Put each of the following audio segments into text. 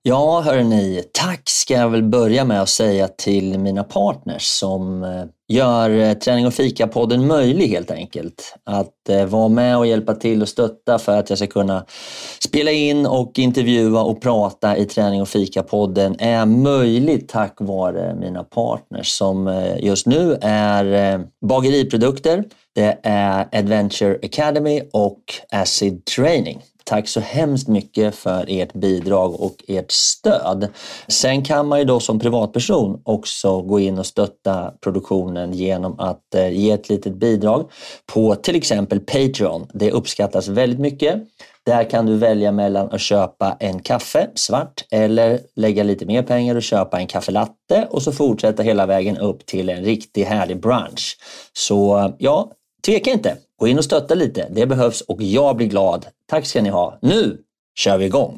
Ja, hörni, tack ska jag väl börja med att säga till mina partners som gör Träning och Fika-podden möjlig helt enkelt. Att vara med och hjälpa till och stötta för att jag ska kunna spela in och intervjua och prata i Träning och Fika-podden är möjligt tack vare mina partners som just nu är bageriprodukter, det är Adventure Academy och Acid Training. Tack så hemskt mycket för ert bidrag och ert stöd. Sen kan man ju då som privatperson också gå in och stötta produktionen genom att ge ett litet bidrag på till exempel Patreon. Det uppskattas väldigt mycket. Där kan du välja mellan att köpa en kaffe svart eller lägga lite mer pengar och köpa en kaffelatte och så fortsätta hela vägen upp till en riktigt härlig brunch. Så ja, tveka inte. Gå in och stötta lite. Det behövs och jag blir glad. Tack ska ni ha. Nu kör vi igång.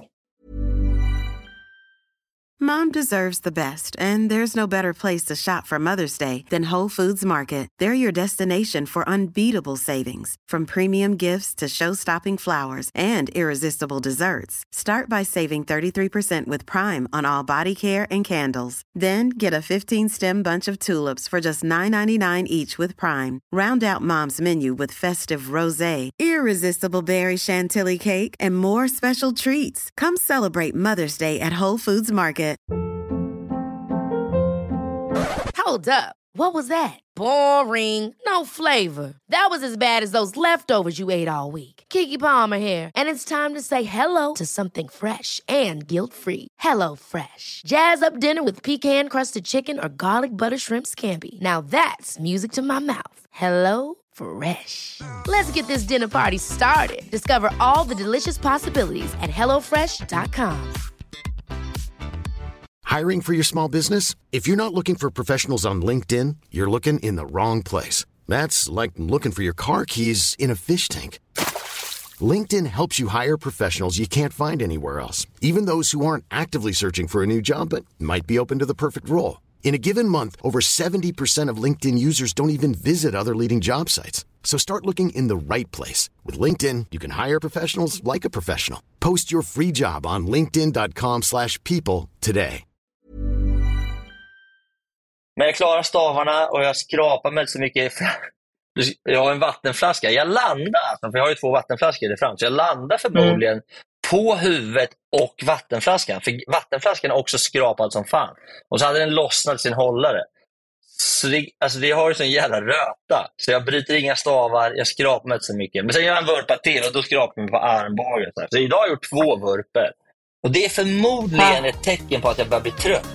Mom deserves the best, and there's no better place to shop for Mother's Day than Whole Foods Market. They're your destination for unbeatable savings, from premium gifts to show-stopping flowers and irresistible desserts. Start by saving 33% with Prime on all body care and candles. Then get a 15-stem bunch of tulips for just $9.99 each with Prime. Round out Mom's menu with festive rosé, irresistible berry chantilly cake, and more special treats. Come celebrate Mother's Day at Whole Foods Market. Hold up. What was that? Boring. No flavor. That was as bad as those leftovers you ate all week. Keke Palmer here, and it's time to say hello to something fresh and guilt-free. Hello Fresh. Jazz up dinner with pecan-crusted chicken or garlic butter shrimp scampi. Now that's music to my mouth. Hello Fresh. Let's get this dinner party started. Discover all the delicious possibilities at hellofresh.com. Hiring for your small business? If you're not looking for professionals on LinkedIn, you're looking in the wrong place. That's like looking for your car keys in a fish tank. LinkedIn helps you hire professionals you can't find anywhere else, even those who aren't actively searching for a new job but might be open to the perfect role. In a given month, over 70% of LinkedIn users don't even visit other leading job sites. So start looking in the right place. With LinkedIn, you can hire professionals like a professional. Post your free job on linkedin.com/people today. Men jag klarar stavarna och jag skrapar mig så mycket. Jag har en vattenflaska. Jag landar, för jag har ju 2 vattenflaskor i fram. Så jag landar förmodligen på huvudet och vattenflaskan. För vattenflaskan är också skrapad som fan. Och så hade den lossnat sin hållare. Så det har ju sån jävla röta. Så jag bryter inga stavar, jag skrapar mig inte så mycket. Men sen gör jag en vurpa till och då skrapar jag mig på armbågen. Så idag har jag gjort 2 vurper. Och det är förmodligen ett tecken på att jag börjar bli trött.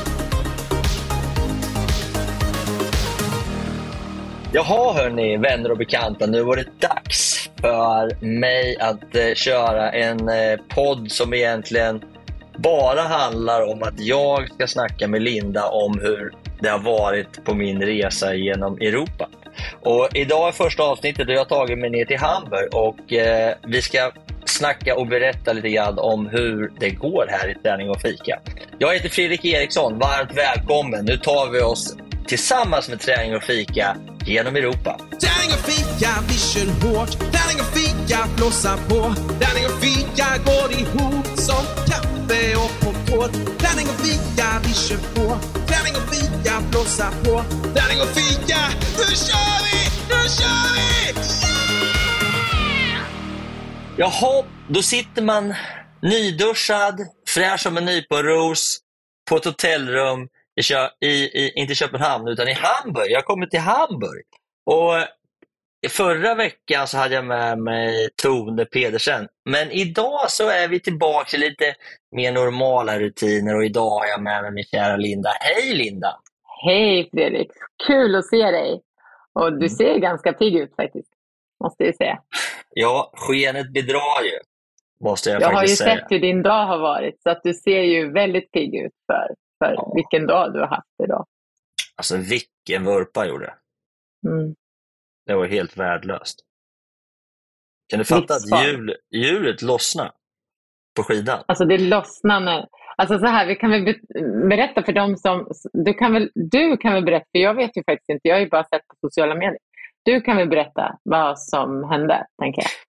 Jaha hörni, vänner och bekanta, nu var det dags för mig att köra en podd som egentligen bara handlar om att jag ska snacka med Linda om hur det har varit på min resa genom Europa. Och idag är första avsnittet där jag har tagit mig ner till Hamburg och vi ska snacka och berätta lite grann om hur det går här i Träning och Fika. Jag heter Fredrik Eriksson, varmt välkommen. Nu tar vi oss tillsammans med Träning och Fika genom Europa. Träning och fika, vi kör hårt. Träning och fika, blåsa på. Träning och fika går ihop som kaffe och popcorn. Träning och fika, vi kör på. Träning och fika, blåsa på. Träning och fika, nu kör vi! Nu kör vi! Yeah! Jaha, då sitter man nyduschad, fräsch som en nyponros på ett hotellrum inte i Köpenhamn utan i Hamburg. Jag kommer till Hamburg. Och förra veckan så hade jag med mig Tone Pedersen. Men idag så är vi tillbaka till lite mer normala rutiner och idag har jag med mig min kära Linda. Hej Linda! Hej Fredrik! Kul att se dig. Och du ser ganska pigg ut faktiskt, måste jag säga. Ja, skenet bedrar ju. Måste jag har ju faktiskt säga. Sett hur din dag har varit så att du ser ju väldigt pigg ut för vilken dag du har haft idag. Alltså vilken vurpa jag gjorde. Det var helt värdelöst. Kan du fatta att hjulet lossnar på skidan? Alltså det lossnar när... Alltså så här, vi kan väl berätta för dem som... Du kan väl berätta, för jag vet ju faktiskt inte. Jag har ju bara sett på sociala medier. Du kan väl berätta vad som hände, tänker jag.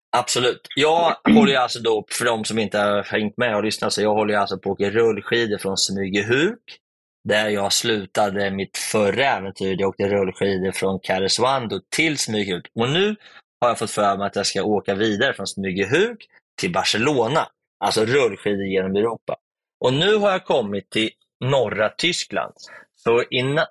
Absolut. Jag håller ju alltså då, för de som inte har hängt med och lyssnat, så jag håller ju alltså på att åka rullskidor från Smygehuk, där jag slutade mitt förra äventyr. Jag åkte rullskidor från Karesuando till Smygehuk. Och nu har jag fått för mig att jag ska åka vidare från Smygehuk till Barcelona. Alltså rullskidor genom Europa. Och nu har jag kommit till norra Tyskland. Så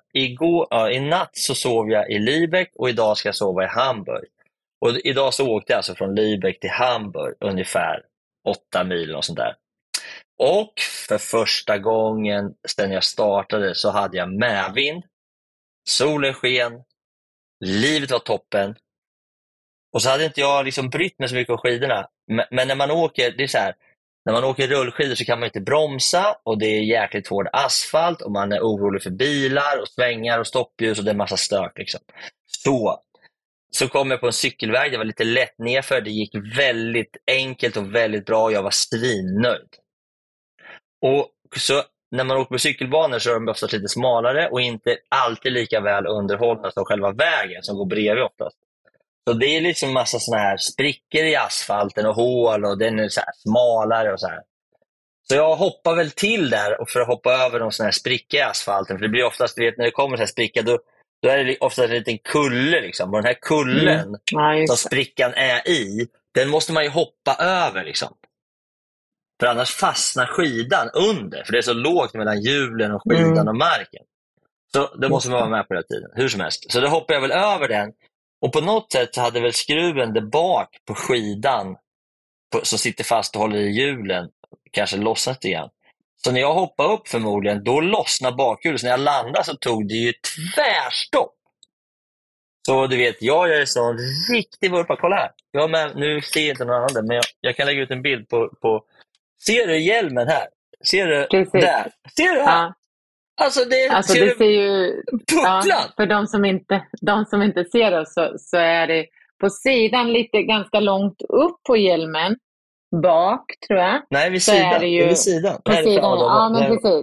i natt så sov jag i Lübeck och idag ska jag sova i Hamburg. Och idag så åkte jag alltså från Lübeck till Hamburg ungefär 8 mil och sånt där. Och för första gången sedan jag startade så hade jag medvind, solen sken, livet var toppen. Och så hade inte jag liksom brytt mig så mycket om skidorna. Men när man åker, det är så här, när man åker rullskidor så kan man inte bromsa och det är jäkligt hård asfalt och man är orolig för bilar och svängar och stoppljus och det är massa stök liksom. Så kom jag på en cykelväg, det var lite lätt nerför, det gick väldigt enkelt och väldigt bra, jag var svinnöjd. Och så när man åker på cykelbanor så är de oftast lite smalare och inte alltid lika väl underhållna som själva vägen som går bredvid oftast. Så det är liksom massa såna här sprickor i asfalten och hål och den är så här smalare och så här. Så jag hoppar väl till där och för att hoppa över de såna här sprickor i asfalten, för det blir oftast, du vet, när det kommer så här spricka då är det ofta en liten kulle liksom. Och den här kullen som sprickan är i, den måste man ju hoppa över liksom. För annars fastnar skidan under. För det är så lågt mellan hjulen och skidan och marken. Så det måste man vara med på den tiden. Hur som helst. Så då hoppar jag väl över den. Och på något sätt så hade väl skruven där bak på skidan som sitter fast och håller i hjulen kanske lossnat igen. Så när jag hoppade upp förmodligen, då lossnade bakhjulet. Så när jag landade så tog det ju tvärstopp. Så du vet, jag gör en sån riktig vurpa. Kolla här. Nu ser jag inte någon annan, men jag kan lägga ut en bild på. Ser du hjälmen här? Ser du där? Ser du här? Ja. Alltså det ser ju... pucklan! Ja, för de som inte ser oss så är det på sidan lite ganska långt upp på hjälmen. Bak, tror jag. Nej, vid sidan. Är det ju, vid sidan. På sidan, ja men precis.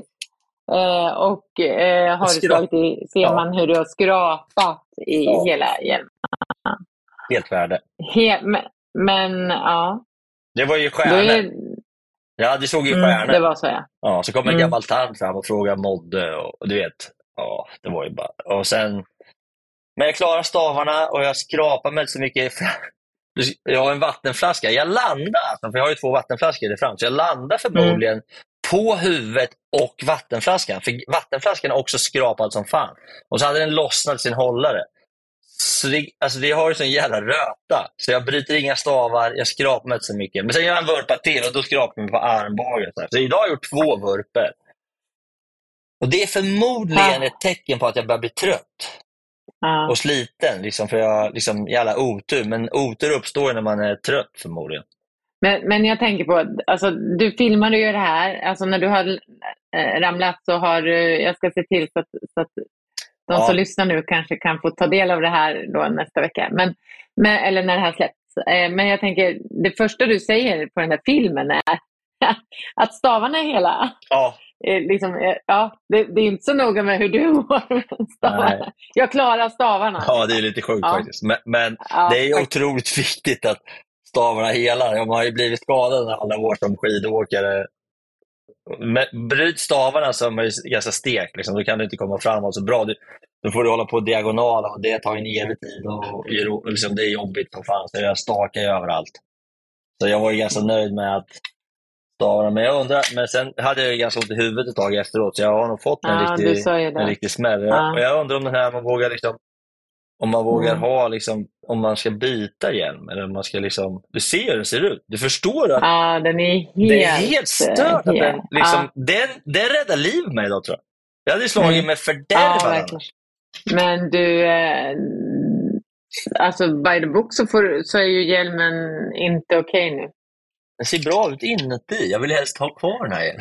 Har du slagit i, ser man hur du har skrapat i hela hjälmen. Helt värde. Men ja. Det var ju stjärnor. Ja, det såg ju stjärnor. Det var så, ja. Ja, så kom en gammal tant fram och frågade modde och du vet. Ja, det var ju bara. Och sen, men jag klarade stavarna och jag skrapade mig så mycket. Jag har en vattenflaska. Jag landade, för jag har ju 2 vattenflaskor där fram. Så jag landade förmodligen på huvudet och vattenflaskan. För vattenflaskan är också skrapad som fan. Och så hade den lossnat sin hållare. Så det har ju sån jävla röta. Så jag bryter inga stavar, jag skrapar mig inte så mycket. Men sen gör jag en vurpa till och då skrapar jag mig på armbågen. Så idag har jag gjort 2 vurper. Och det är förmodligen ett tecken på att jag börjar bli trött. Och sliten, liksom, för jag liksom jävla otur. Men otur uppstår när man är trött förmodligen. Men jag tänker på, alltså du filmade ju det här. Alltså när du har ramlat så har du, jag ska se till så att de som lyssnar nu kanske kan få ta del av det här då nästa vecka. Men, eller när det här släpps. Men jag tänker, det första du säger på den här filmen är att stavarna är hela. Ja. Det är inte så noga med hur du mår med stavarna. Nej. Jag klarar stavarna. Ja, det är lite sjukt faktiskt. Men det är otroligt viktigt att stavarna hela. Jag har ju blivit skadad alla år som skidåkare. Bryt stavarna så är man ju ganska stek. Liksom. Då kan du inte komma framåt så bra. Då får du hålla på diagonala och det tar en evig tid. Och liksom, det är jobbigt som fan. Så jag stakar ju överallt. Så jag var ju ganska nöjd med att stavarna. Men jag undrar, men sen hade jag ganska ont i huvudet ett tag efteråt. Så jag har nog fått en riktig smäll. Och jag undrar om den här man vågar liksom, om man vågar ha liksom, om man ska byta hjälm eller om man ska liksom, du ser hur den ser ut. Du förstår att den är det är helt stört att den liksom, den räddar liv med idag, tror jag. Jag hade slagit med fördärvad. Men du alltså by the book så är ju hjälmen inte okej nu. Den ser bra ut inuti. Jag vill helst ha kvar den här hjälmen.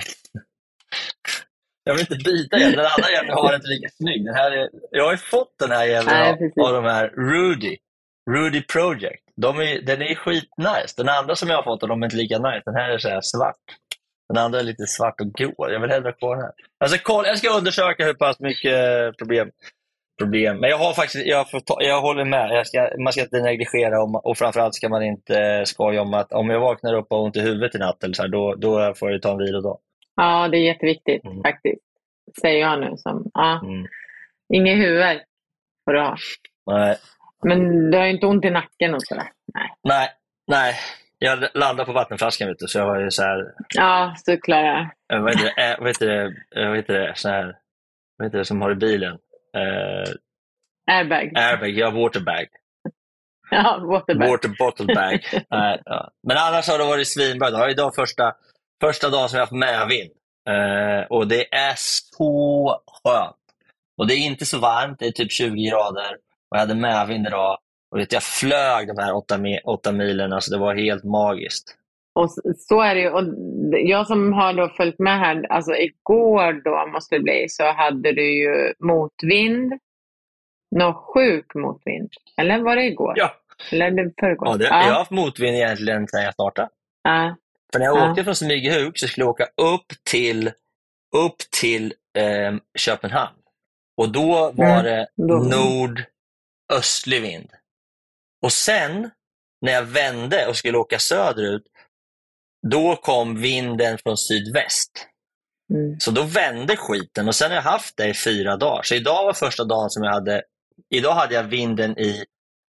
Jag vill inte byta hjälmen. Den andra hjälmen har inte lika snygg. Jag har ju fått den här hjälmen av de här Rudy Project. Den är skitnice. Den andra som jag har fått, de är inte lika nice. Den här är så här svart. Den andra är lite svart och grå. Jag vill hellre ha kvar den här. Alltså, jag ska undersöka hur pass mycket problem. problem. Men jag har faktiskt, jag håller med. Man ska inte negligera och framförallt ska man inte skoja om att om jag vaknar upp och har ont i huvudet i natt eller så här, då får jag ta en vilodag. Ja, det är jätteviktigt faktiskt. Säger jag nu som, ingen huvud får du ha. Nej. Men du har ju inte ont i nacken och sådär. Nej. Jag landar på vattenflaskan, vet du, så jag har ju så här. Ja, så klarar jag. Vad heter det så här, vad heter det som har i bilen? Airbag. Ja, waterbag. Ja, waterbag. Water bottle bag. Ja. Men annars har det varit svinbra. Det var idag första dagen som jag haft medvind. Och det är så skönt. Och det är inte så varmt, det är typ 20 grader. Och jag hade medvind idag. Och jag flög de här 8 milen, alltså det var helt magiskt. Och så är det ju. Och jag som har då följt med här, alltså igår då måste det bli, så hade du ju motvind. Sjuk motvind. Eller var det igår? Ja. Eller det förrgår? Ja, jag har haft motvind egentligen sedan jag startade. Ja. För när jag åkte från Smygehuk så skulle jag åka upp till Köpenhamn. Och då var det nordöstlig vind. Och sen när jag vände och skulle åka söderut, då kom vinden från sydväst. Så då vände skiten och sen har jag haft det i 4 dagar. Så idag var första dagen som idag hade jag vinden i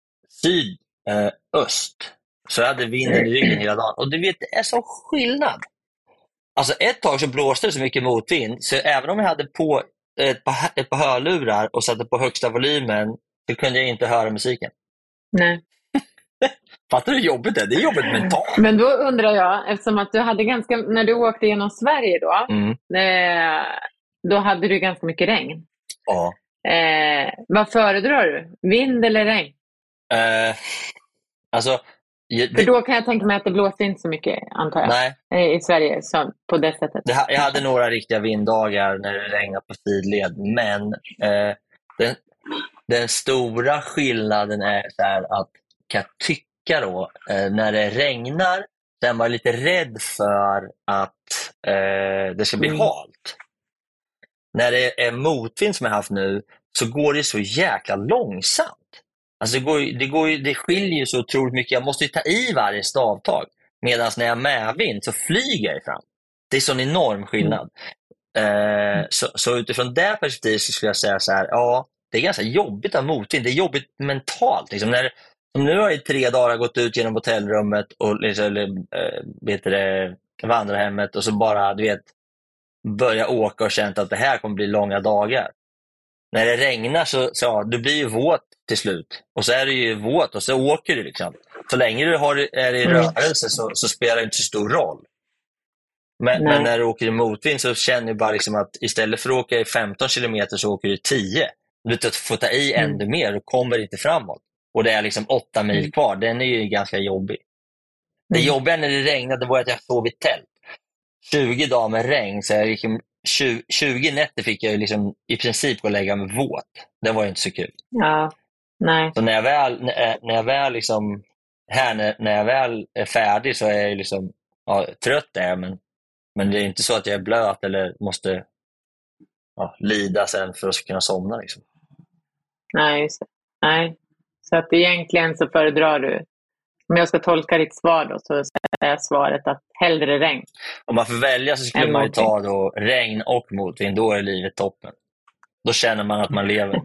sydöst. Så jag hade vinden i ryggen hela dagen. Och du vet, det är så skillnad. Alltså ett tag så blåste det så mycket motvind, så även om jag hade på ett par hörlurar och satte på högsta volymen, så kunde jag inte höra musiken. Nej. Fattar du hur jobbigt det är? Det är jobbigt mentalt. Men då undrar jag, eftersom att du hade när du åkte genom Sverige då hade du ganska mycket regn. Ja. Vad föredrar du? Vind eller regn? Alltså... För då kan jag tänka mig att det blåste inte så mycket, antar jag. Nej. I Sverige så, på det sättet. Jag hade några riktiga vinddagar när det regnade på sidled, men den stora skillnaden är så här att, kan jag tycka då, när det regnar så är man lite rädd för att det ska bli halt. När det är motvind som jag haft nu så går det så jäkla långsamt. Alltså det skiljer ju så otroligt mycket. Jag måste ju ta i varje stavtag. Medan när jag är medvind så flyger jag fram. Det är sån enorm skillnad. Så utifrån det perspektivet så skulle jag säga så här, ja, det är ganska jobbigt av motvind. Det är jobbigt mentalt. Liksom som nu har jag i 3 dagar gått ut genom hotellrummet och vandrarhemmet och så bara, börja åka och känt att det här kommer bli långa dagar. När det regnar så du blir ju våt till slut. Och så är du ju våt och så åker du liksom. Så länge du är i rörelse så spelar det inte så stor roll. Men när du åker i motvind så känner du bara liksom att istället för att åka i 15 kilometer så åker du 10. Du får ta i ännu mer och kommer inte framåt. Och det är liksom 8 mil kvar. Den är ju ganska jobbig. Det jobbiga när det regnade var att jag sov i tält. 20 dagar med regn, så jag liksom 20 nätter fick jag liksom i princip gå och lägga mig våt. Det var ju inte så kul. Ja, nej. Så när jag väl liksom när jag väl är färdig så är jag liksom trött men det är inte så att jag är blöt eller måste lida sen för att kunna somna liksom. Nej, just det. Nej. Så att egentligen så föredrar du, om jag ska tolka ditt svar då, så är svaret att hellre regn. Om man får välja så skulle man ju ta då regn och motvind, då är livet toppen. Då känner man att man lever.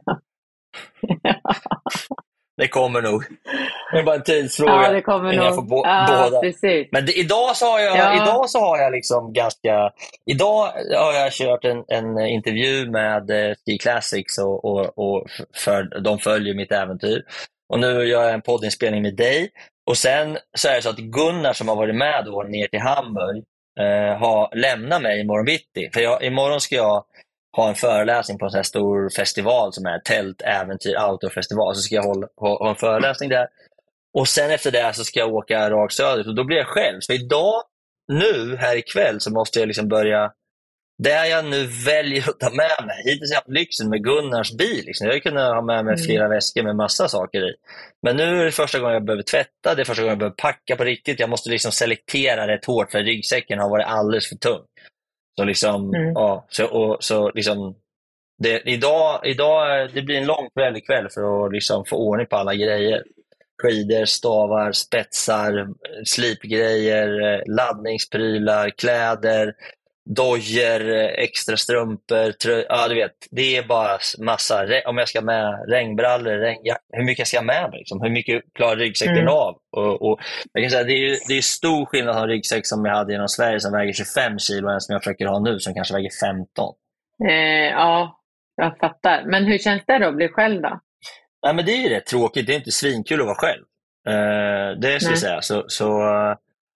Det kommer nog. Det är bara en tidsfråga. Ja, det kommer nog. Jag får båda. Precis. Men idag så har jag liksom idag har jag kört en intervju med Ski Classics och för de följer mitt äventyr. Och nu gör jag en poddinspelning med dig. Och sen så är det så att Gunnar som har varit med då ner till Hamburg har lämnat mig imorgon bitti. För imorgon ska jag ha en föreläsning på en sån här stor festival som är Tält, Äventyr, Outdoor-festival. Så ska jag ha en föreläsning där. Och sen efter det så ska jag åka rakt söderut. Och då blir jag själv. Så idag, nu, här ikväll så måste jag liksom börja. Där jag nu väljer att ta med mig. Hittills har jag haft lyxen med Gunnars bil. Liksom. Jag kunde ha med mig flera väskor med massa saker i. Men nu är det första gången jag behöver tvätta. Det är första gången jag behöver packa på riktigt. Jag måste liksom selektera rätt hårt för ryggsäcken har varit alldeles för tung. Så liksom, så liksom Idag det blir en lång kväll för att liksom få ordning på alla grejer. Skidor, stavar, spetsar, slipgrejer, laddningsprylar, kläder, dojor, extra strumpor, ja du vet, det är bara massa, om jag ska med regnbrallor, hur mycket ska jag med mig liksom? Hur mycket klarar ryggsäcken av? Och jag kan säga, det är stor skillnad av ryggsäck som jag hade genom Sverige som väger 25 kilo än som jag försöker ha nu som kanske väger 15. Ja, jag fattar. Men hur känns det då att bli själv då? Nej, men det är ju rätt tråkigt, det är inte svinkul att vara själv. Det ska jag säga.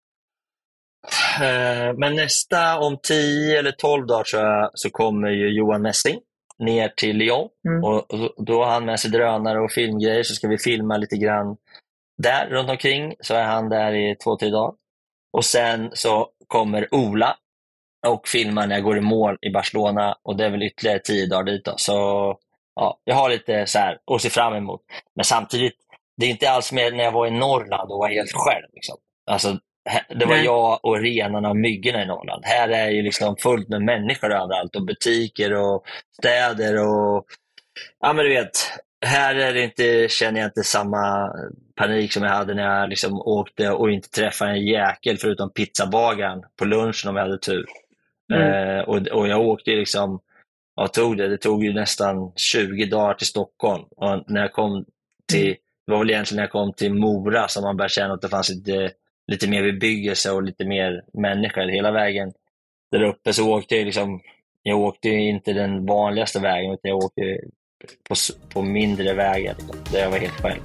Men om 10 eller 12 dagar så kommer ju Johan Messing ner till Lyon. Och då har han med sig drönare och filmgrejer, så ska vi filma lite grann där runt omkring. Så är han där i 2-3 dagar. Och sen så kommer Ola och filmar när jag går i mål i Barcelona, och det är väl ytterligare 10 dagar dit då. Så ja, jag har lite så här att se fram emot. Men samtidigt, det är inte alls mer när jag var i Norrland och var helt själv liksom. Alltså det var jag och renarna och myggorna i Norrland. Här är ju liksom fullt med människor överallt, och butiker och städer och ja, men du vet, här är det inte, känner jag inte samma panik som jag hade när jag liksom åkte och inte träffade en jäkel förutom pizzabagaren på lunchen om jag hade tur. Och jag åkte liksom, det tog ju nästan 20 dagar till Stockholm, och när jag kom till, det var väl egentligen när jag kom till Mora som man började känna att det fanns lite mer bebyggelse och lite mer människor hela vägen där uppe. Så åkte jag åkte inte den vanligaste vägen, utan jag åkte på mindre vägar där jag var helt själv.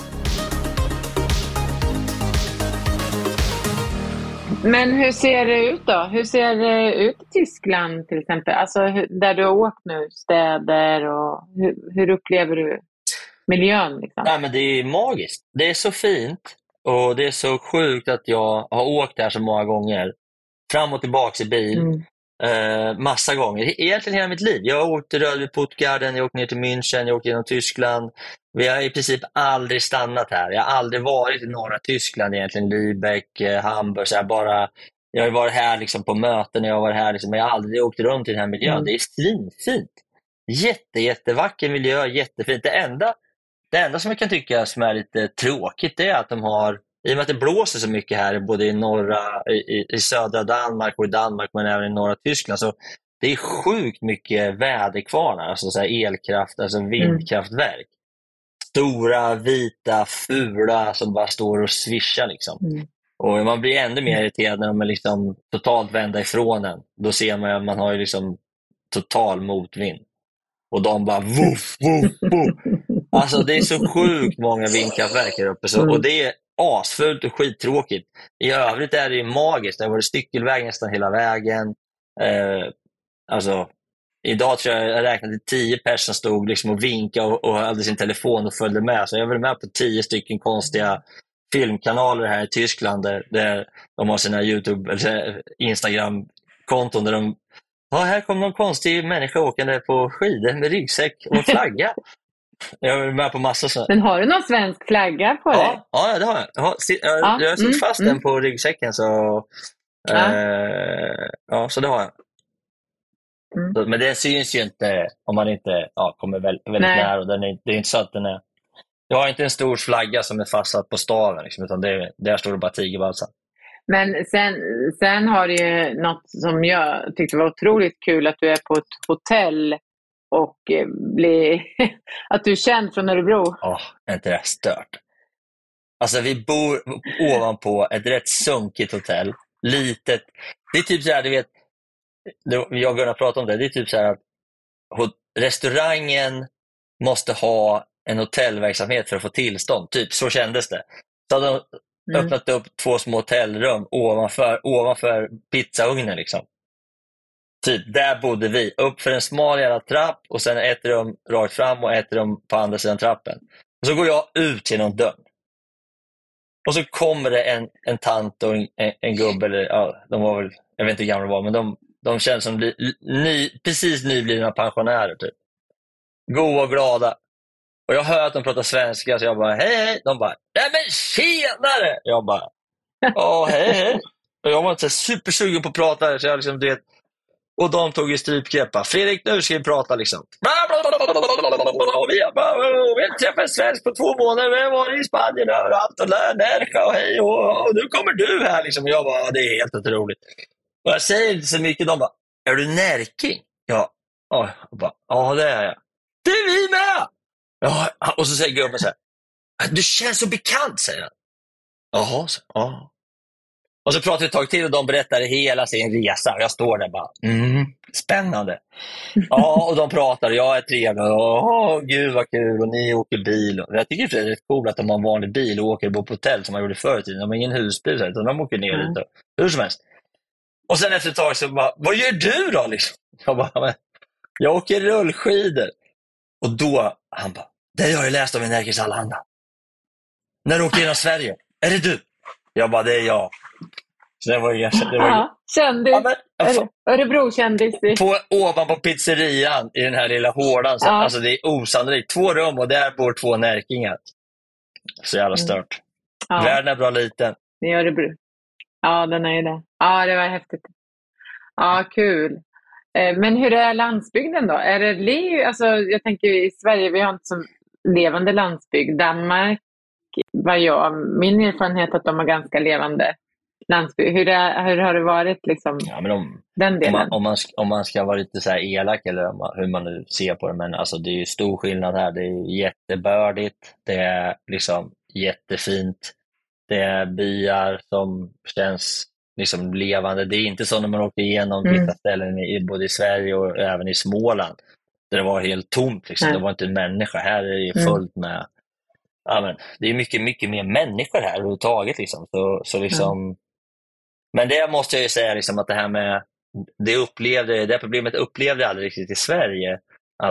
Men hur ser det ut då? Hur ser det ut i Tyskland till exempel? Alltså där du har åkt nu, städer, och hur upplever du miljön liksom? Nej, men det är magiskt. Det är så fint, och det är så sjukt att jag har åkt här så många gånger. Fram och tillbaka i bil. Massa gånger. Egentligen hela mitt liv. Jag har åkt till Rödby Puttgarden, jag har åkt ner till München, jag har åkt genom Tyskland. Vi har i princip aldrig stannat här. Jag har aldrig varit i norra Tyskland egentligen. Lübeck, Hamburg. Jag har varit här liksom på möten. Jag har varit här liksom, men jag har aldrig åkt runt i den här miljön. Det är svinfint. Jättevacker miljö, jättefint. Det enda som jag kan tycka som är lite tråkigt är att de har, i och med att det blåser så mycket här både i södra Danmark och i Danmark, men även i norra Tyskland, så det är sjukt mycket väderkvarnar, alltså så här elkraft, alltså vindkraftverk. Stora, vita, fula som bara står och svischar liksom. Och man blir ännu mer irriterad när de är liksom totalt vända ifrån en. Då ser man att man har ju liksom total motvind. Och de bara woof, woof, woof. Alltså det är så sjukt många vindkraftverk här uppe. Och det är asfullt och skittråkigt. I övrigt är det ju magiskt. Det har varit cykelväg nästan hela vägen. Alltså idag tror jag räknade 10 personer som stod liksom och vinkade och hade sin telefon och följde med. Så jag var med på 10 stycken konstiga filmkanaler här i Tyskland där de har sina YouTube eller Instagram-konton där de här kommer någon konstig människa åkande på skidor med ryggsäck och flagga. Jag är med på massor så. Men har du någon svensk flagga på dig? Ja, det har jag. Jag har satt fast den på ryggsäcken så så det har jag. Men det syns ju inte om man inte kommer väldigt nära, och det är inte så att den är. Jag har inte en stor flagga som är fastsatt på staven liksom, utan där står det bara tigerbalsam. Men sen har du ju något som jag tyckte var otroligt kul, att du är på ett hotell och att du är känd från Örebro. Är inte det stört? Alltså vi bor ovanpå ett rätt sunkigt hotell. Litet. Det är typ så här, du vet, jag och Gunnar pratade om det. Det är typ så här att restaurangen måste ha en hotellverksamhet för att få tillstånd. Typ så kändes det. Så hade de öppnat upp 2 små hotellrum ovanför pizzaugnen liksom. Typ, där bodde vi. Upp för en smal jävla trapp och sen ett rum rakt fram och ett rum på andra sidan trappen. Och så går jag ut genom dörren. Och så kommer det en tant och en gubbe, eller de var väl, jag vet inte hur gamla de var, men de känns som precis nyblivna pensionärer typ. Goda och glada. Och jag hör att de pratar svenska, så jag bara, hej. De bara, nej men tjenare! Jag bara, hej. Och jag var inte supersugen på att prata, så jag liksom, du vet, Och de tog ju strypgrepp. Fredrik, nu ska vi prata liksom. Vi träffade en svensk på 2 månader. Vi var i Spanien överallt och Närka och hej. Och nu kommer du här liksom. Och jag bara, det är helt otroligt. Och jag säger inte så mycket. De bara, är du närking? Ja. Ja, det är jag. Det är vi med! Ja, och så säger gubben så här, du känns så bekant, säger han. Jaha, ja. Och så pratar vi ett tag till och de berättar hela sin resa. Och jag står där bara, spännande. Ja, och de pratar och jag är trevlig. Gud vad kul, och ni åker bil. Och jag tycker det är rätt coolt att de har en vanlig bil och åker på hotell som man gjorde förr i tiden. De har ingen husbil, utan de åker ner dit. Hur som helst. Och sen efter ett tag så bara, vad gör du då? Liksom? Jag åker rullskidor. Och då, han bara, det har jag läst om i Närkes Allehanda. När du åkte genom Sverige. Är det du? Jag bara, det är jag. Så det var ju... Kändis. Örebro-kändis. Ovanpå pizzerian i den här lilla hårdan. Så, alltså det är osannolikt. 2 rum och där bor 2 närkingar. Så jävla stört. Världen är bra liten. Det är Örebro. Ja, den är ju det. Ja, det var häftigt. Ja, kul. Men hur är landsbygden då? Är det alltså, jag tänker i Sverige, vi har inte så levande landsbygd. Danmark min erfarenhet att de har ganska levande landsbygd. Hur har det varit liksom, den delen? Om man ska vara lite så här elak eller hur man nu ser på det, men alltså det är ju stor skillnad här. Det är jättebördigt, det är liksom jättefint. Det är byar som känns liksom levande. Det är inte så när man åker igenom vissa ställen både i Sverige och även i Småland där det var helt tomt. Liksom. Det var inte en människa. Här är det fullt med... Ja, men det är mycket, mycket mer människor här överhuvudtaget. Liksom. Så liksom... Men det måste jag ju säga liksom, att det här med... Det problemet upplevde jag aldrig riktigt i Sverige.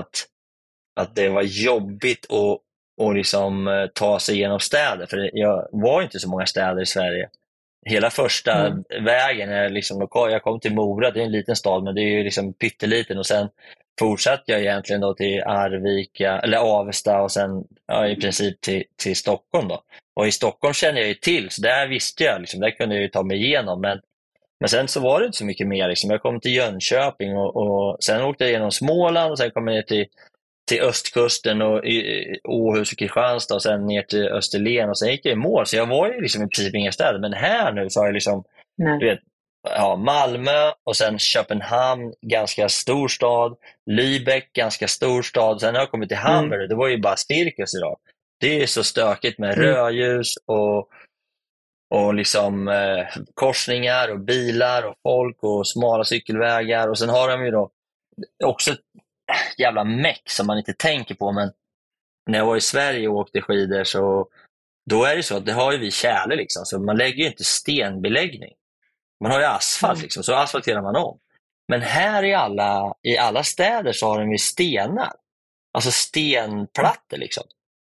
Att det var jobbigt att liksom ta sig igenom städer. För jag var inte så många städer i Sverige. Hela första vägen är liksom lokal. Jag kom till Mora, det är en liten stad, men det är ju liksom pytteliten. Och sen fortsatte jag egentligen då till Arvika, eller Avesta och sen i princip till Stockholm då. Och i Stockholm känner jag ju till, så där visste jag liksom, där kunde jag ju ta mig igenom. Men sen så var det inte så mycket mer liksom. Jag kom till Jönköping och sen åkte jag genom Småland och sen kom jag ner till östkusten och Åhus och Kristianstad och sen ner till Österlen och sen gick jag i mål. Så jag var ju liksom i princip inga städer. Men här nu så har jag liksom du vet, Malmö och sen Köpenhamn, ganska stor stad. Lübeck, ganska stor stad. Sen har jag kommit till Hamburg, det var ju bara cirkus idag. Det är så stökigt med rödljus och liksom korsningar och bilar och folk och smala cykelvägar. Och sen har de ju då också jävla meck som man inte tänker på, men när jag var i Sverige och åkte skidor så då är det så att det har ju vi tjäle liksom, så man lägger ju inte stenbeläggning. Man har ju asfalt liksom, så asfalterar man om. Men här i alla städer så har de ju stenar. Alltså stenplattor liksom.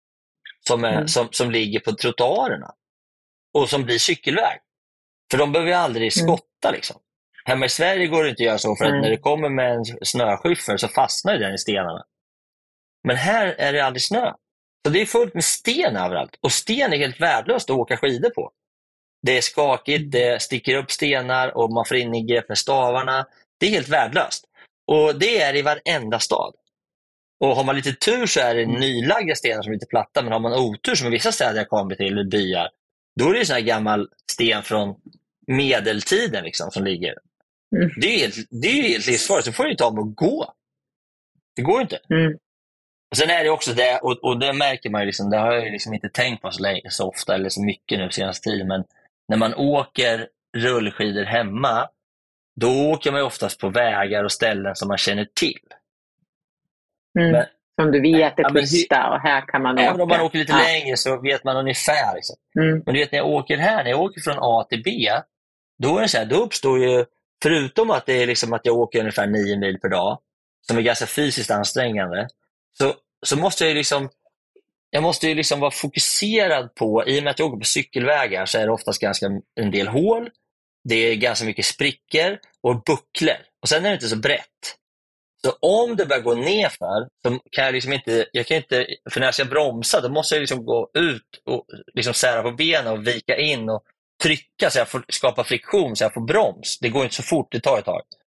Som ligger på trottoarerna och som blir cykelväg. För de behöver ju aldrig skotta liksom. Hemma i Sverige går det inte att göra så, för att när det kommer med en snöskyffel så fastnar den i stenarna. Men här är det aldrig snö. Så det är fullt med sten överallt. Och sten är helt värdelöst att åka skidor på. Det är skakigt, det sticker upp stenar och man får in i grepp med stavarna. Det är helt värdelöst. Och det är i varenda stad. Och har man lite tur så är det nylagda stenar som är lite platta. Men har man otur, som i vissa städer jag kommer till, eller byar, då är det sån här gammal sten från medeltiden liksom, som ligger. Det är ju helt livsfarligt. Så får du inte av att gå. Det går inte. Och sen är det också det, och det märker man ju liksom, det har jag ju liksom inte tänkt på så ofta eller så mycket nu senaste tiden, men när man åker rullskidor hemma, då åker man ju oftast på vägar och ställen som man känner till. Men, som du vet är schyssta och här kan man åka. Även om man åker lite längre så vet man ungefär liksom. Men du vet, när jag åker från A till B, då är det så här, då uppstår ju, förutom att det är liksom att jag åker ungefär 9 mil per dag, som är ganska fysiskt ansträngande, så måste jag måste ju liksom vara fokuserad på, i och med att jag åker på cykelvägar så är det oftast ganska en del hål, det är ganska mycket sprickor och bucklor, och sen är det inte så brett. Så om det börjar gå nerför så kan jag liksom inte, för när jag ska bromsa då måste jag liksom gå ut och liksom sära på benen och vika in och trycka så jag får skapa friktion så jag får broms. Det går inte så fort, det tar ett tag.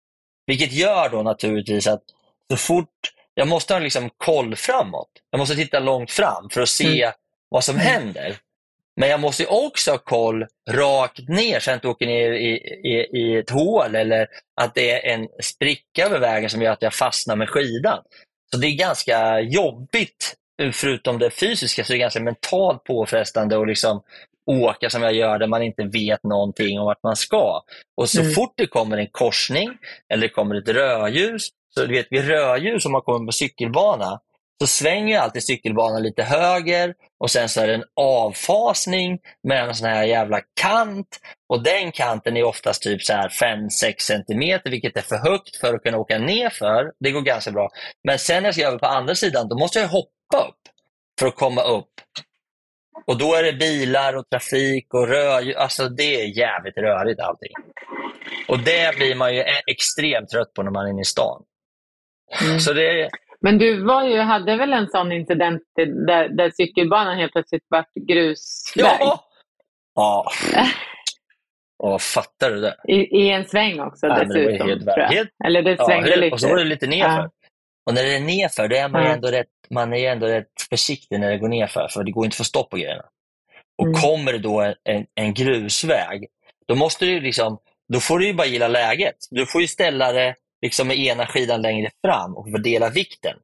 Vilket gör då naturligtvis att så fort jag måste ha liksom koll framåt. Jag måste titta långt fram för att se vad som händer. Men jag måste också ha koll rakt ner så jag inte åker ner i ett hål eller att det är en spricka över vägen som gör att jag fastnar med skidan. Så det är ganska jobbigt, förutom det fysiska, så är det ganska mentalt påfrestande att liksom åka som jag gör där man inte vet någonting om vart man ska. Och så fort det kommer en korsning eller det kommer ett rödljus, så du vet, vid rödljus om man kommer på cykelbana så svänger alltid cykelbanan lite höger och sen så är det en avfasning med en sån här jävla kant, och den kanten är oftast typ så här 5-6 centimeter, vilket är för högt för att kunna åka ner för. Det går ganska bra. Men sen när jag ska över på andra sidan, då måste jag hoppa upp för att komma upp. Och då är det bilar och trafik och alltså det är jävligt rörigt allting. Och det blir man ju extremt trött på när man är inne i stan. Så det... Men du hade väl en sån incident där cykelbanan helt plötsligt vart grusväg? Ja. Fattar du det? I en sväng också dessutom. Eller det svängde lite. Och så var det lite nerför. Och när det är nerför, då är man är ändå rätt försiktig när det går nerför, för det går inte att få stopp på grejerna. Och kommer det då en grusväg, då måste du liksom, då får du ju bara gilla läget. Du får ju ställa det liksom med ena skidan längre fram och fördela vikten.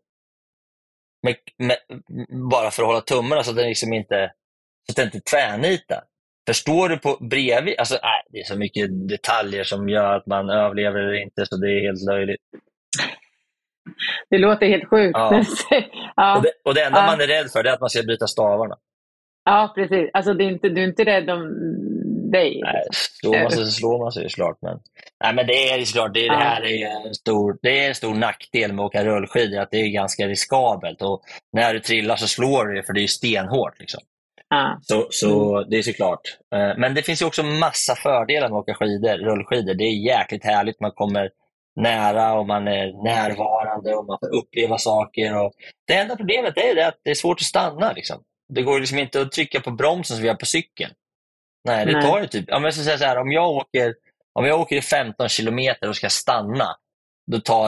Bara för att hålla tummarna så att den liksom inte tvärnitar. Förstår du på bredvid? Alltså, det är så mycket detaljer som gör att man överlever eller inte, så det är helt löjligt. Det låter helt sjukt. Ja. Och det enda man är rädd för, det är att man ska bryta stavarna. Ja, precis. Alltså, du är inte rädd om dig. Nej, slår man sig såklart. Men det är såklart, det här är en stor nackdel med att åka rullskidor, att det är ganska riskabelt. Och när du trillar så slår du, för det är stenhårt liksom. Så det är såklart. Men det finns ju också massa fördelar med att åka rullskidor. Det är jäkligt härligt, man kommer nära och man är närvarande och man får uppleva saker. Och det enda problemet är det att det är svårt att stanna liksom. Det går liksom inte att trycka på bromsen som vi har på cykeln. Nej, det tar ju typ, om jag ska säga så här, om jag åker i 15 kilometer och ska stanna, då tar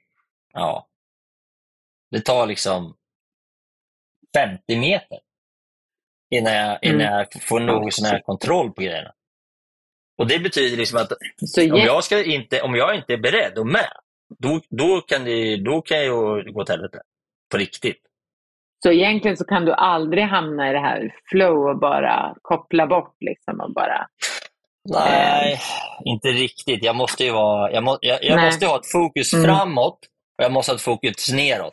det tar liksom 50 meter innan jag får någon sån här kontroll på grejerna. Och det betyder liksom att om jag inte är beredd och med, då kan jag ju gå till helvete på riktigt. Så egentligen så kan du aldrig hamna i det här flow och bara koppla bort liksom och bara... Nej, inte riktigt. Jag måste ju måste ha ett fokus framåt och jag måste ha ett fokus neråt.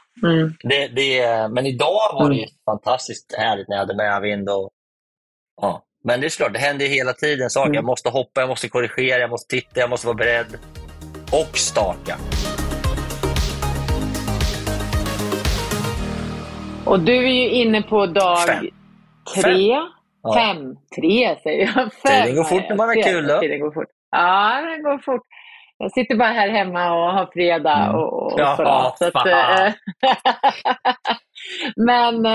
Men idag var det fantastiskt härligt när jag hade medvind och men det är klart, det händer hela tiden saker. Jag måste hoppa, jag måste korrigera, jag måste titta, jag måste vara beredd och staka. Och du är ju inne på dag 3. 3 säger jag. 5. Tiden går fort när man är kul då. Tiden går fort. Ja, den går fort. Jag sitter bara här hemma och har fredag och sådär. Så att, men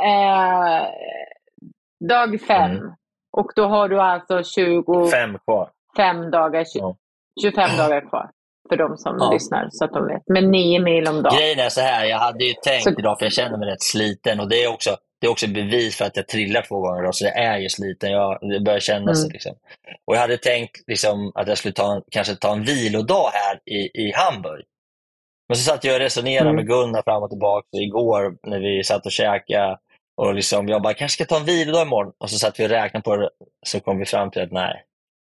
dag 5. Och då har du alltså 25 dagar, 25 dagar kvar. För de som lyssnar, så att de vet. Men 9 mil om dagen. Grejen är så här, jag hade ju tänkt idag, för jag känner mig rätt sliten. Och det är också bevis för att jag trillar 2 gånger idag. Så det är ju sliten, det börjar kännas liksom. Och jag hade tänkt liksom, att jag skulle kanske ta en vilodag här i Hamburg. Men så satt jag och resonerade med Gunnar fram och tillbaka. Och igår när vi satt och käkade. Och liksom, jag bara, kanske ska ta en vilodag imorgon. Och så satt vi och räknade på det. Så kom vi fram till att nej.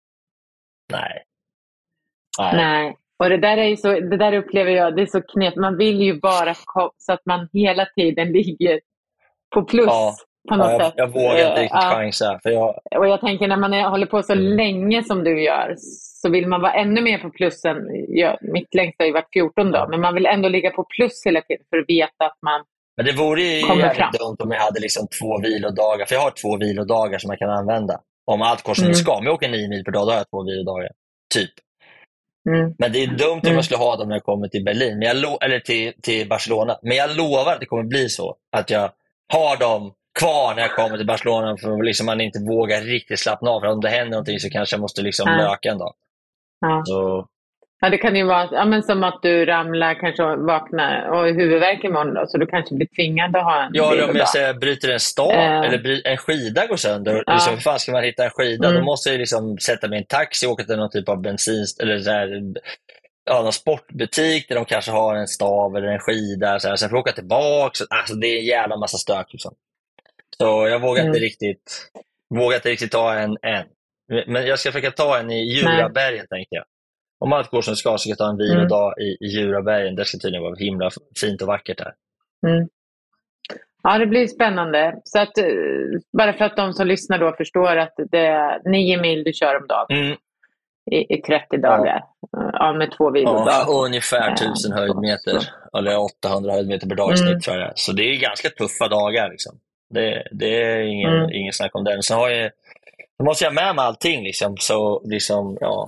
Och det där upplever jag, det är så knepigt. Man vill ju bara så att man hela tiden ligger på plus på något sätt. Jag vågar inte riktigt chansa. Och jag tänker, när man håller på så länge som du gör, så vill man vara ännu mer på plussen. Mitt längsta har ju varit 14 dagar, men man vill ändå ligga på plus hela tiden för att veta att man... Men det vore ju jävligt dumt om jag hade liksom 2 vilodagar. För jag har 2 vilodagar som jag kan använda. Om allt går som det ska. Om jag åker 9 mil per dag, då har jag 2 vilodagar. Typ. Men det är dumt om jag skulle ha dem när jag kommer till Berlin. Eller till Barcelona. Men jag lovar att det kommer bli så. Att jag har dem kvar när jag kommer till Barcelona. För liksom man inte vågar riktigt slappna av. För om det händer någonting så kanske jag måste liksom löka en dag. Så Ja, det kan ju vara men som att du ramlar, kanske vaknar och huvudvärk imorgon då, så du kanske blir tvingad att ha en Ja, om jag säger bryter en stav eller en skida går sönder. Ja. Liksom, hur fan ska man hitta en skida? Då måste jag liksom sätta mig i en taxi och åka till någon typ av bensin eller så här, någon sportbutik där de kanske har en stav eller en skida. Så här. Sen får jag åka tillbaka. Alltså, det är en jävla massa stök. Liksom. Så jag vågar inte riktigt ta en. Men jag ska försöka ta en i Djurabergen, tänker jag. Om allt går som ska så ska jag ta en vilodag i Djurabergen. Det ska tydligen vara himla fint och vackert här. Ja, det blir spännande. Så att, bara för att de som lyssnar då förstår att det är 9 mil du kör om dagen i 30 dagar. Ja, med 2 vilodagar. Ja, ungefär 1000 höjdmeter. Eller 800 höjdmeter per dag i snitt, tror jag. Så det är ganska tuffa dagar. Liksom. Det är ingen snack om det. Så då måste jag med mig allting. Liksom. Så liksom, ja...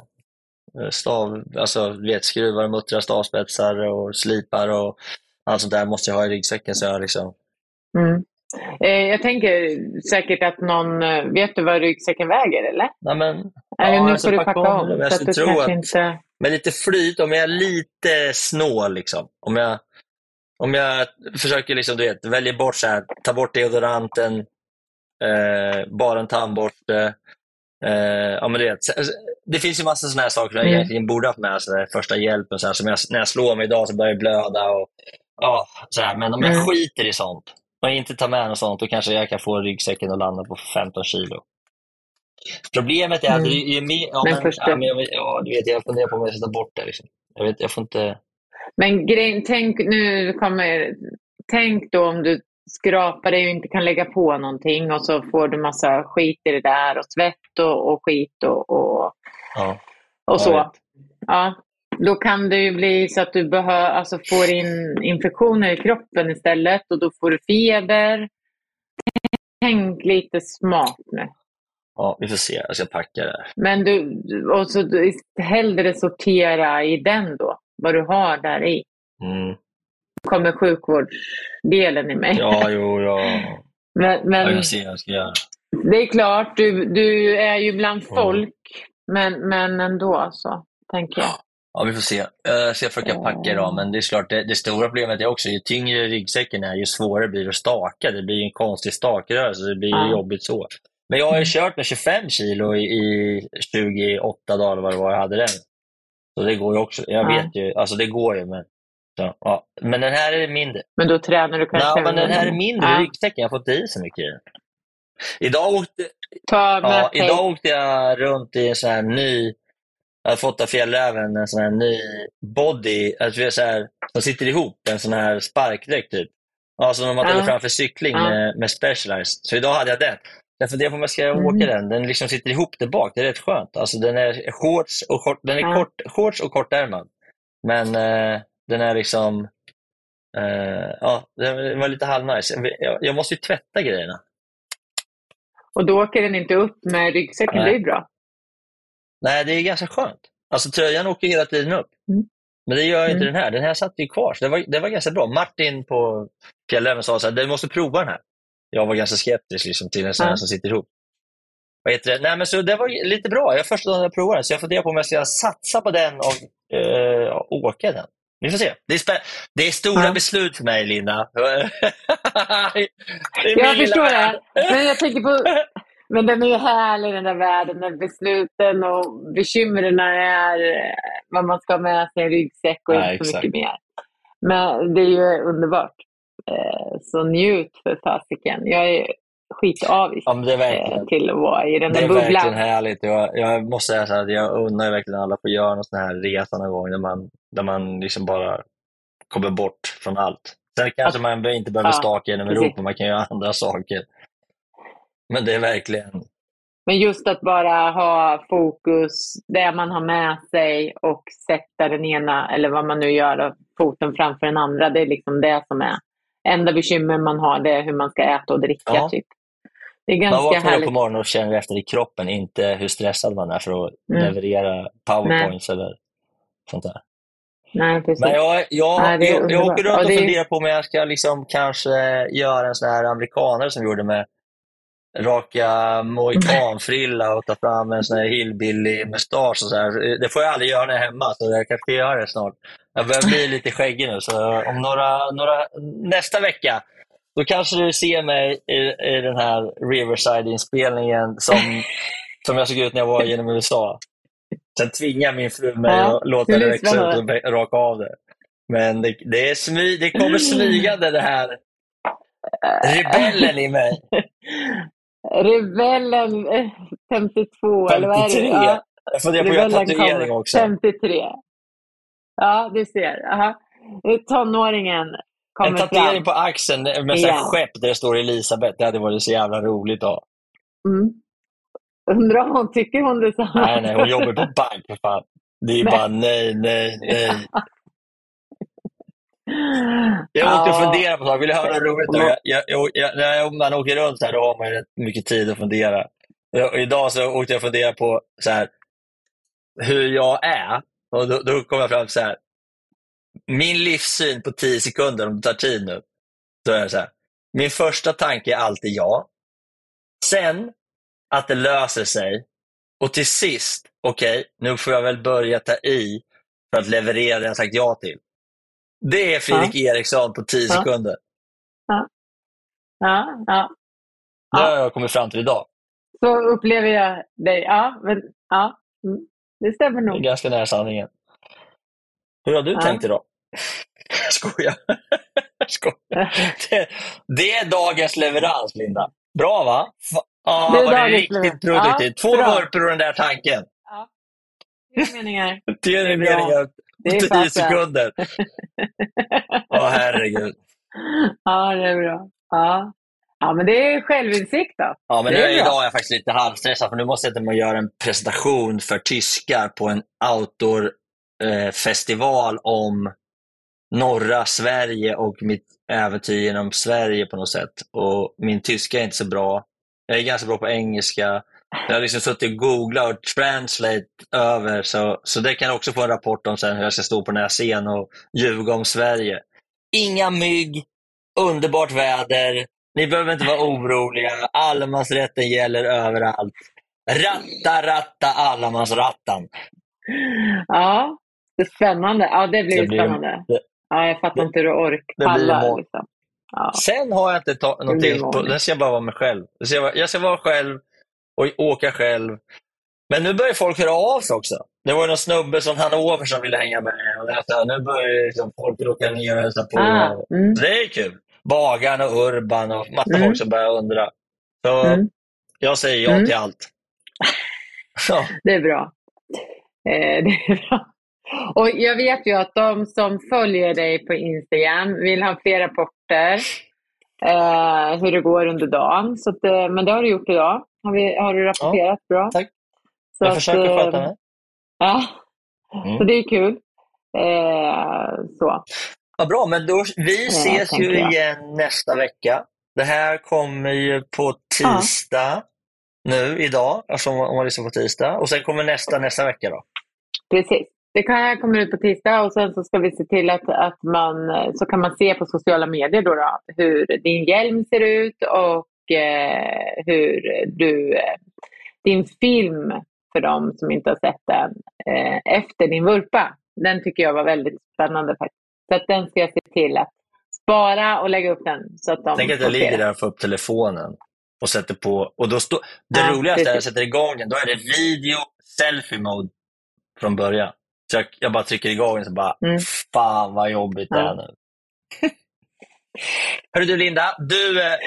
skruvar, muttrar, stavspetsar och slipar och allt sånt där måste jag ha i ryggsäcken. Så jag liksom... Jag tänker säkert att någon... Vet du vad ryggsäcken väger, eller? Nej, men... nu får du packa om. Jag så att tror att inte... med lite flyt, om jag är lite snål liksom. Om jag försöker liksom, du vet, välja bort så här, ta bort deodoranten, bara en tandborste. Men det finns ju massa såna här saker som jag egentligen borde haft med, så där, första hjälpen så här, som när jag slår mig idag så börjar jag blöda och så här. Men om jag skiter i sånt och inte tar med något sånt, då kanske jag kan få ryggsäcken att landa på 15 kilo. Problemet är att jag funderar på om jag ska ta bort det liksom. Jag får inte. Men tänk då om du skrapar dig och inte kan lägga på någonting och så får du massa skit i det där och svett och skit och så. Ja, då kan det ju bli så att du får in infektioner i kroppen istället och då får du feber. Tänk lite smart nu. Ja, vi får se. Jag ska packa det här. Men du hellre sortera i den då, vad du har där i. Kommer sjukvårdsdelen i mig. Ja. Men jag ser vad jag ska göra. Det är klart, du är ju bland folk, men ändå så, tänker jag. Ja, vi får se. Jag ska försöka packa idag, men det är klart, det stora problemet är också, ju tyngre ryggsäcken är, ju svårare blir det att staka. Det blir en konstig stakrörelse, så det blir ju jobbigt så. Men jag har ju kört med 25 kilo i 28 dagar, vad det var jag hade den. Så det går ju också. Jag vet ju, alltså det går ju, men... Så, ja. Men den här är mindre. Men då tränar du kanske... Nej, men den här är mindre i ryggsäcken. Jag har fått i så mycket. Idag åkte jag runt i en sån här ny... Jag har fått av Fjällräven en sån här ny body. Alltså det är så här, som sitter ihop. En sån här sparkdräkt typ. Alltså när man tar framför cykling med Specialized. Så idag hade jag den. Därför det får man ska åka den. Den liksom sitter ihop där bak. Det är rätt skönt. Alltså den är shorts och shorts och kortärmad. Men den är liksom den var lite halvnice. Jag måste ju tvätta grejerna. Och då åker den inte upp med ryggsäcken. Det är bra. Nej, det är ganska skönt. Alltså tröjan åker hela tiden upp. Men det gör inte den här. Den här satt ju kvar. Så det var ganska bra. Martin på Fjällräven sa så här: du måste prova den här. Jag var ganska skeptisk liksom, till en sån här som sitter ihop. Vad heter det? Nej, men så det var lite bra. Jag första dagen jag provade den, så jag funderar på om jag ska satsa på den och åka den. Vi får se. Det är stora beslut för mig, Linda. Jag förstår det. Men jag tänker på... Men den är ju härlig, den där världen, där besluten och bekymren är vad man ska ha med sig i ryggsäck och inte så mycket mer. Men det är ju underbart. Så njut för fasiken. Jag är skitavis till att vara i den där bubblan. Det är verkligen härligt. Jag måste säga så här, att jag undrar verkligen alla får göra någon sån här resa någon gång där man liksom bara kommer bort från allt. Sen kanske man inte behöver staka genom Europa, man kan göra andra saker. Men det är verkligen... Men just att bara ha fokus där man har med sig och sätta den ena, eller vad man nu gör, foten framför den andra, det är liksom det som är enda bekymmer man har, det är hur man ska äta och dricka typ. Det är ganska härligt. Man vaknar på morgonen och känner efter i kroppen, inte hur stressad man är för att leverera powerpoints eller sånt där. Nej, precis. Men jag åker runt och funderar på om jag ska liksom kanske göra en sån här amerikanare som gjorde med raka mohikanfrilla och ta fram en sån här hillbilly-mustasch och så här. Det får jag aldrig göra när jag är hemma, så jag kanske gör det snart. Jag börjar bli lite skäggig nu, så om nästa vecka då kanske du ser mig i den här Riverside-inspelningen som jag såg ut när jag var genom USA. Sen tvingar min fru mig att låta det växa ut och raka av det. Men det kommer smygande, det här rebellen i mig. Rebellen 52 eller vad är det? Ja. Jag funderar på att göra tatuering också. 53. Ja, du ser. Aha. Tonåringen kommer en tatuering fram på axeln med så skepp där det står Elisabeth. Det hade varit så jävla roligt då. Undrar om hon tycker hon det så. Nej, hon jobbar på bank för fan. Det är bara nej. Jag åkte och funderade på det. Vill jag höra roligt då? När man åker runt så här, då har man rätt mycket tid att fundera. Idag så åkte jag och funderade på så här, hur jag är. Och då kom jag fram så här. Min livssyn på 10 sekunder, om det tar tid nu. Då är det så här. Min första tanke är alltid ja. Sen att det löser sig. Och till sist, okej, nu får jag väl börja ta i för att leverera det jag sagt ja till. Det är Fredrik Eriksson på 10 sekunder. Ja. Det har jag kommit fram till idag. Så upplever jag dig. Det stämmer nog. Det är ganska nära sanningen. Hur har du tänkt idag? Skojar. Det är dagens leverans, Linda. Bra, va? Det var det riktigt produktivt. 2 vurpor och den där tanken. Ja. 3 meningar. 3 meningar. 10 sekunder. Herregud. Ja, det är bra. Ja, men det är självinsikt då. Ja, men idag är jag faktiskt lite halvstressad, för nu måste jag göra en presentation för tyskar på en outdoor-festival om norra Sverige och mitt äventyr genom Sverige på något sätt. Och min tyska är inte så bra. Jag är ganska bra på engelska. Jag har liksom suttit och googlat och translate över, så det kan jag också få en rapport om sen, hur jag ska stå på den här scenen och ljuga om Sverige. Inga mygg, underbart väder, ni behöver inte vara oroliga, allemansrätten gäller överallt. Ratta allemansrattan. Ja, det är spännande. Ja, det blir spännande. Jag fattar inte hur du orkar liksom. Ja. Sen har jag inte någonting på, det ska jag bara vara mig själv. Jag ska vara själv och åka själv. Men nu börjar folk höra av sig också. Det var någon snubbe från Hannover som ville hänga med. Och nu börjar liksom folk åka ner och hälsa på. Det är kul. Bagarn och Urban och massa folk som börjar undra. Så jag säger ja till allt. Det är bra. Det är bra. Och jag vet ju att de som följer dig på Instagram vill ha fler rapporter hur det går under dagen. Så att, men det har du gjort idag. Har du rapporterat bra? Tack. Så jag försöker sköta mig. Ja, så det är kul. Så. Ja, bra, men då, vi ses ju igen nästa vecka. Det här kommer ju på tisdag nu idag, alltså om man lyssnar på tisdag. Och sen kommer nästa vecka då. Precis. Det kommer ut på tisdag och sen så ska vi se till att så kan man se på sociala medier då hur din hjälm ser ut och hur din film för dem som inte har sett den efter din vurpa. Den tycker jag var väldigt spännande faktiskt. Så att den ska jag se till att spara och lägga upp den. Så att tänk att jag ligger där och får upp telefonen och sätter på. Och då står det roligaste är att jag sätter igång den. Då är det video selfie mode från början. Så jag bara trycker igång den så bara, fan vad jobbigt det är nu. Hörru du Linda, du är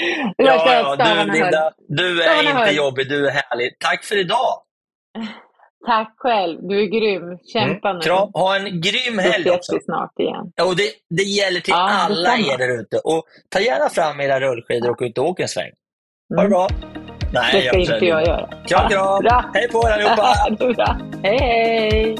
inte jobbig, du är härlig. Tack för idag. Tack själv, du är grym. Kämpa nu. Kram. Ha en grym helg också. Snart igen. Och det gäller till alla er där ute. Och ta gärna fram era rullskidor och ut och åka en sväng. Ha det bra. Nej, det ska inte jag göra. Kram. Bra. Hej på er allihopa. Hej.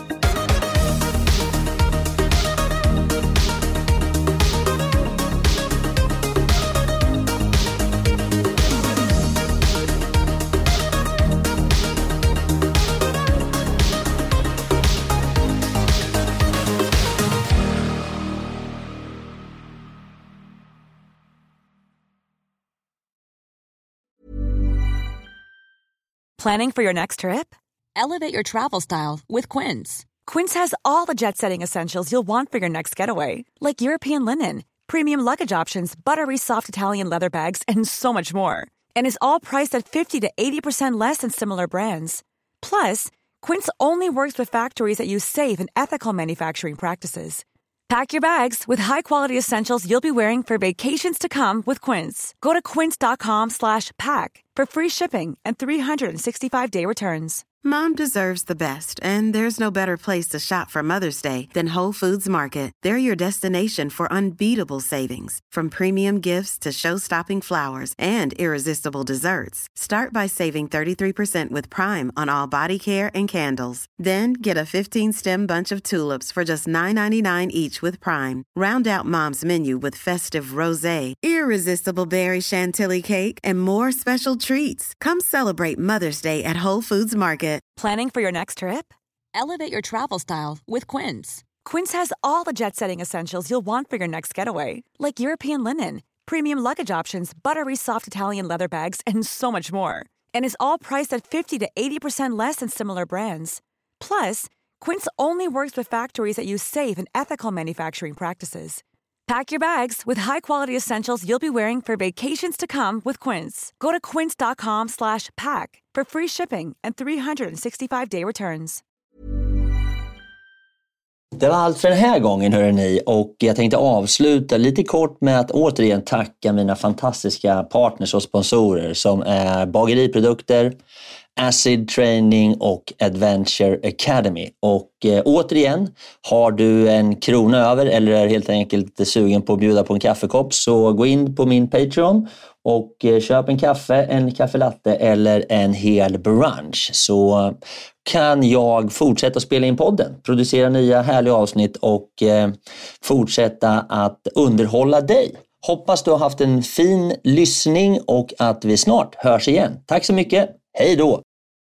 Planning for your next trip? Elevate your travel style with Quince. Quince has all the jet-setting essentials you'll want for your next getaway, like European linen, premium luggage options, buttery soft Italian leather bags, and so much more. And is all priced at 50 to 80% less than similar brands. Plus, Quince only works with factories that use safe and ethical manufacturing practices. Pack your bags with high-quality essentials you'll be wearing for vacations to come with Quince. Go to quince.com/pack for free shipping and 365-day returns. Mom deserves the best, and there's no better place to shop for Mother's Day than Whole Foods Market. They're your destination for unbeatable savings, from premium gifts to show-stopping flowers and irresistible desserts. Start by saving 33% with Prime on all body care and candles. Then get a 15-stem bunch of tulips for just $9.99 each with Prime. Round out Mom's menu with festive rosé, irresistible berry chantilly cake, and more special treats. Come celebrate Mother's Day at Whole Foods Market. Planning for your next trip? Elevate your travel style with Quince. Quince has all the jet-setting essentials you'll want for your next getaway, like European linen, premium luggage options, buttery soft Italian leather bags, and so much more. And is all priced at 50 to 80% less than similar brands. Plus, Quince only works with factories that use safe and ethical manufacturing practices. Pack your bags with high-quality essentials you'll be wearing for vacations to come with Quince. Go to quince.com/pack for free shipping and 365-day returns. Det var allt för den här gången, hörrni, och jag tänkte avsluta lite kort med att återigen tacka mina fantastiska partners och sponsorer som är Bageriprodukter, Acid Training och Adventure Academy. Och återigen, har du en krona över eller är helt enkelt sugen på att bjuda på en kaffekopp, så gå in på min Patreon och köp en kaffe, en kaffelatte eller en hel brunch, så kan jag fortsätta spela in podden, producera nya härliga avsnitt och fortsätta att underhålla dig. Hoppas du har haft en fin lyssning och att vi snart hörs igen. Tack så mycket, hej då!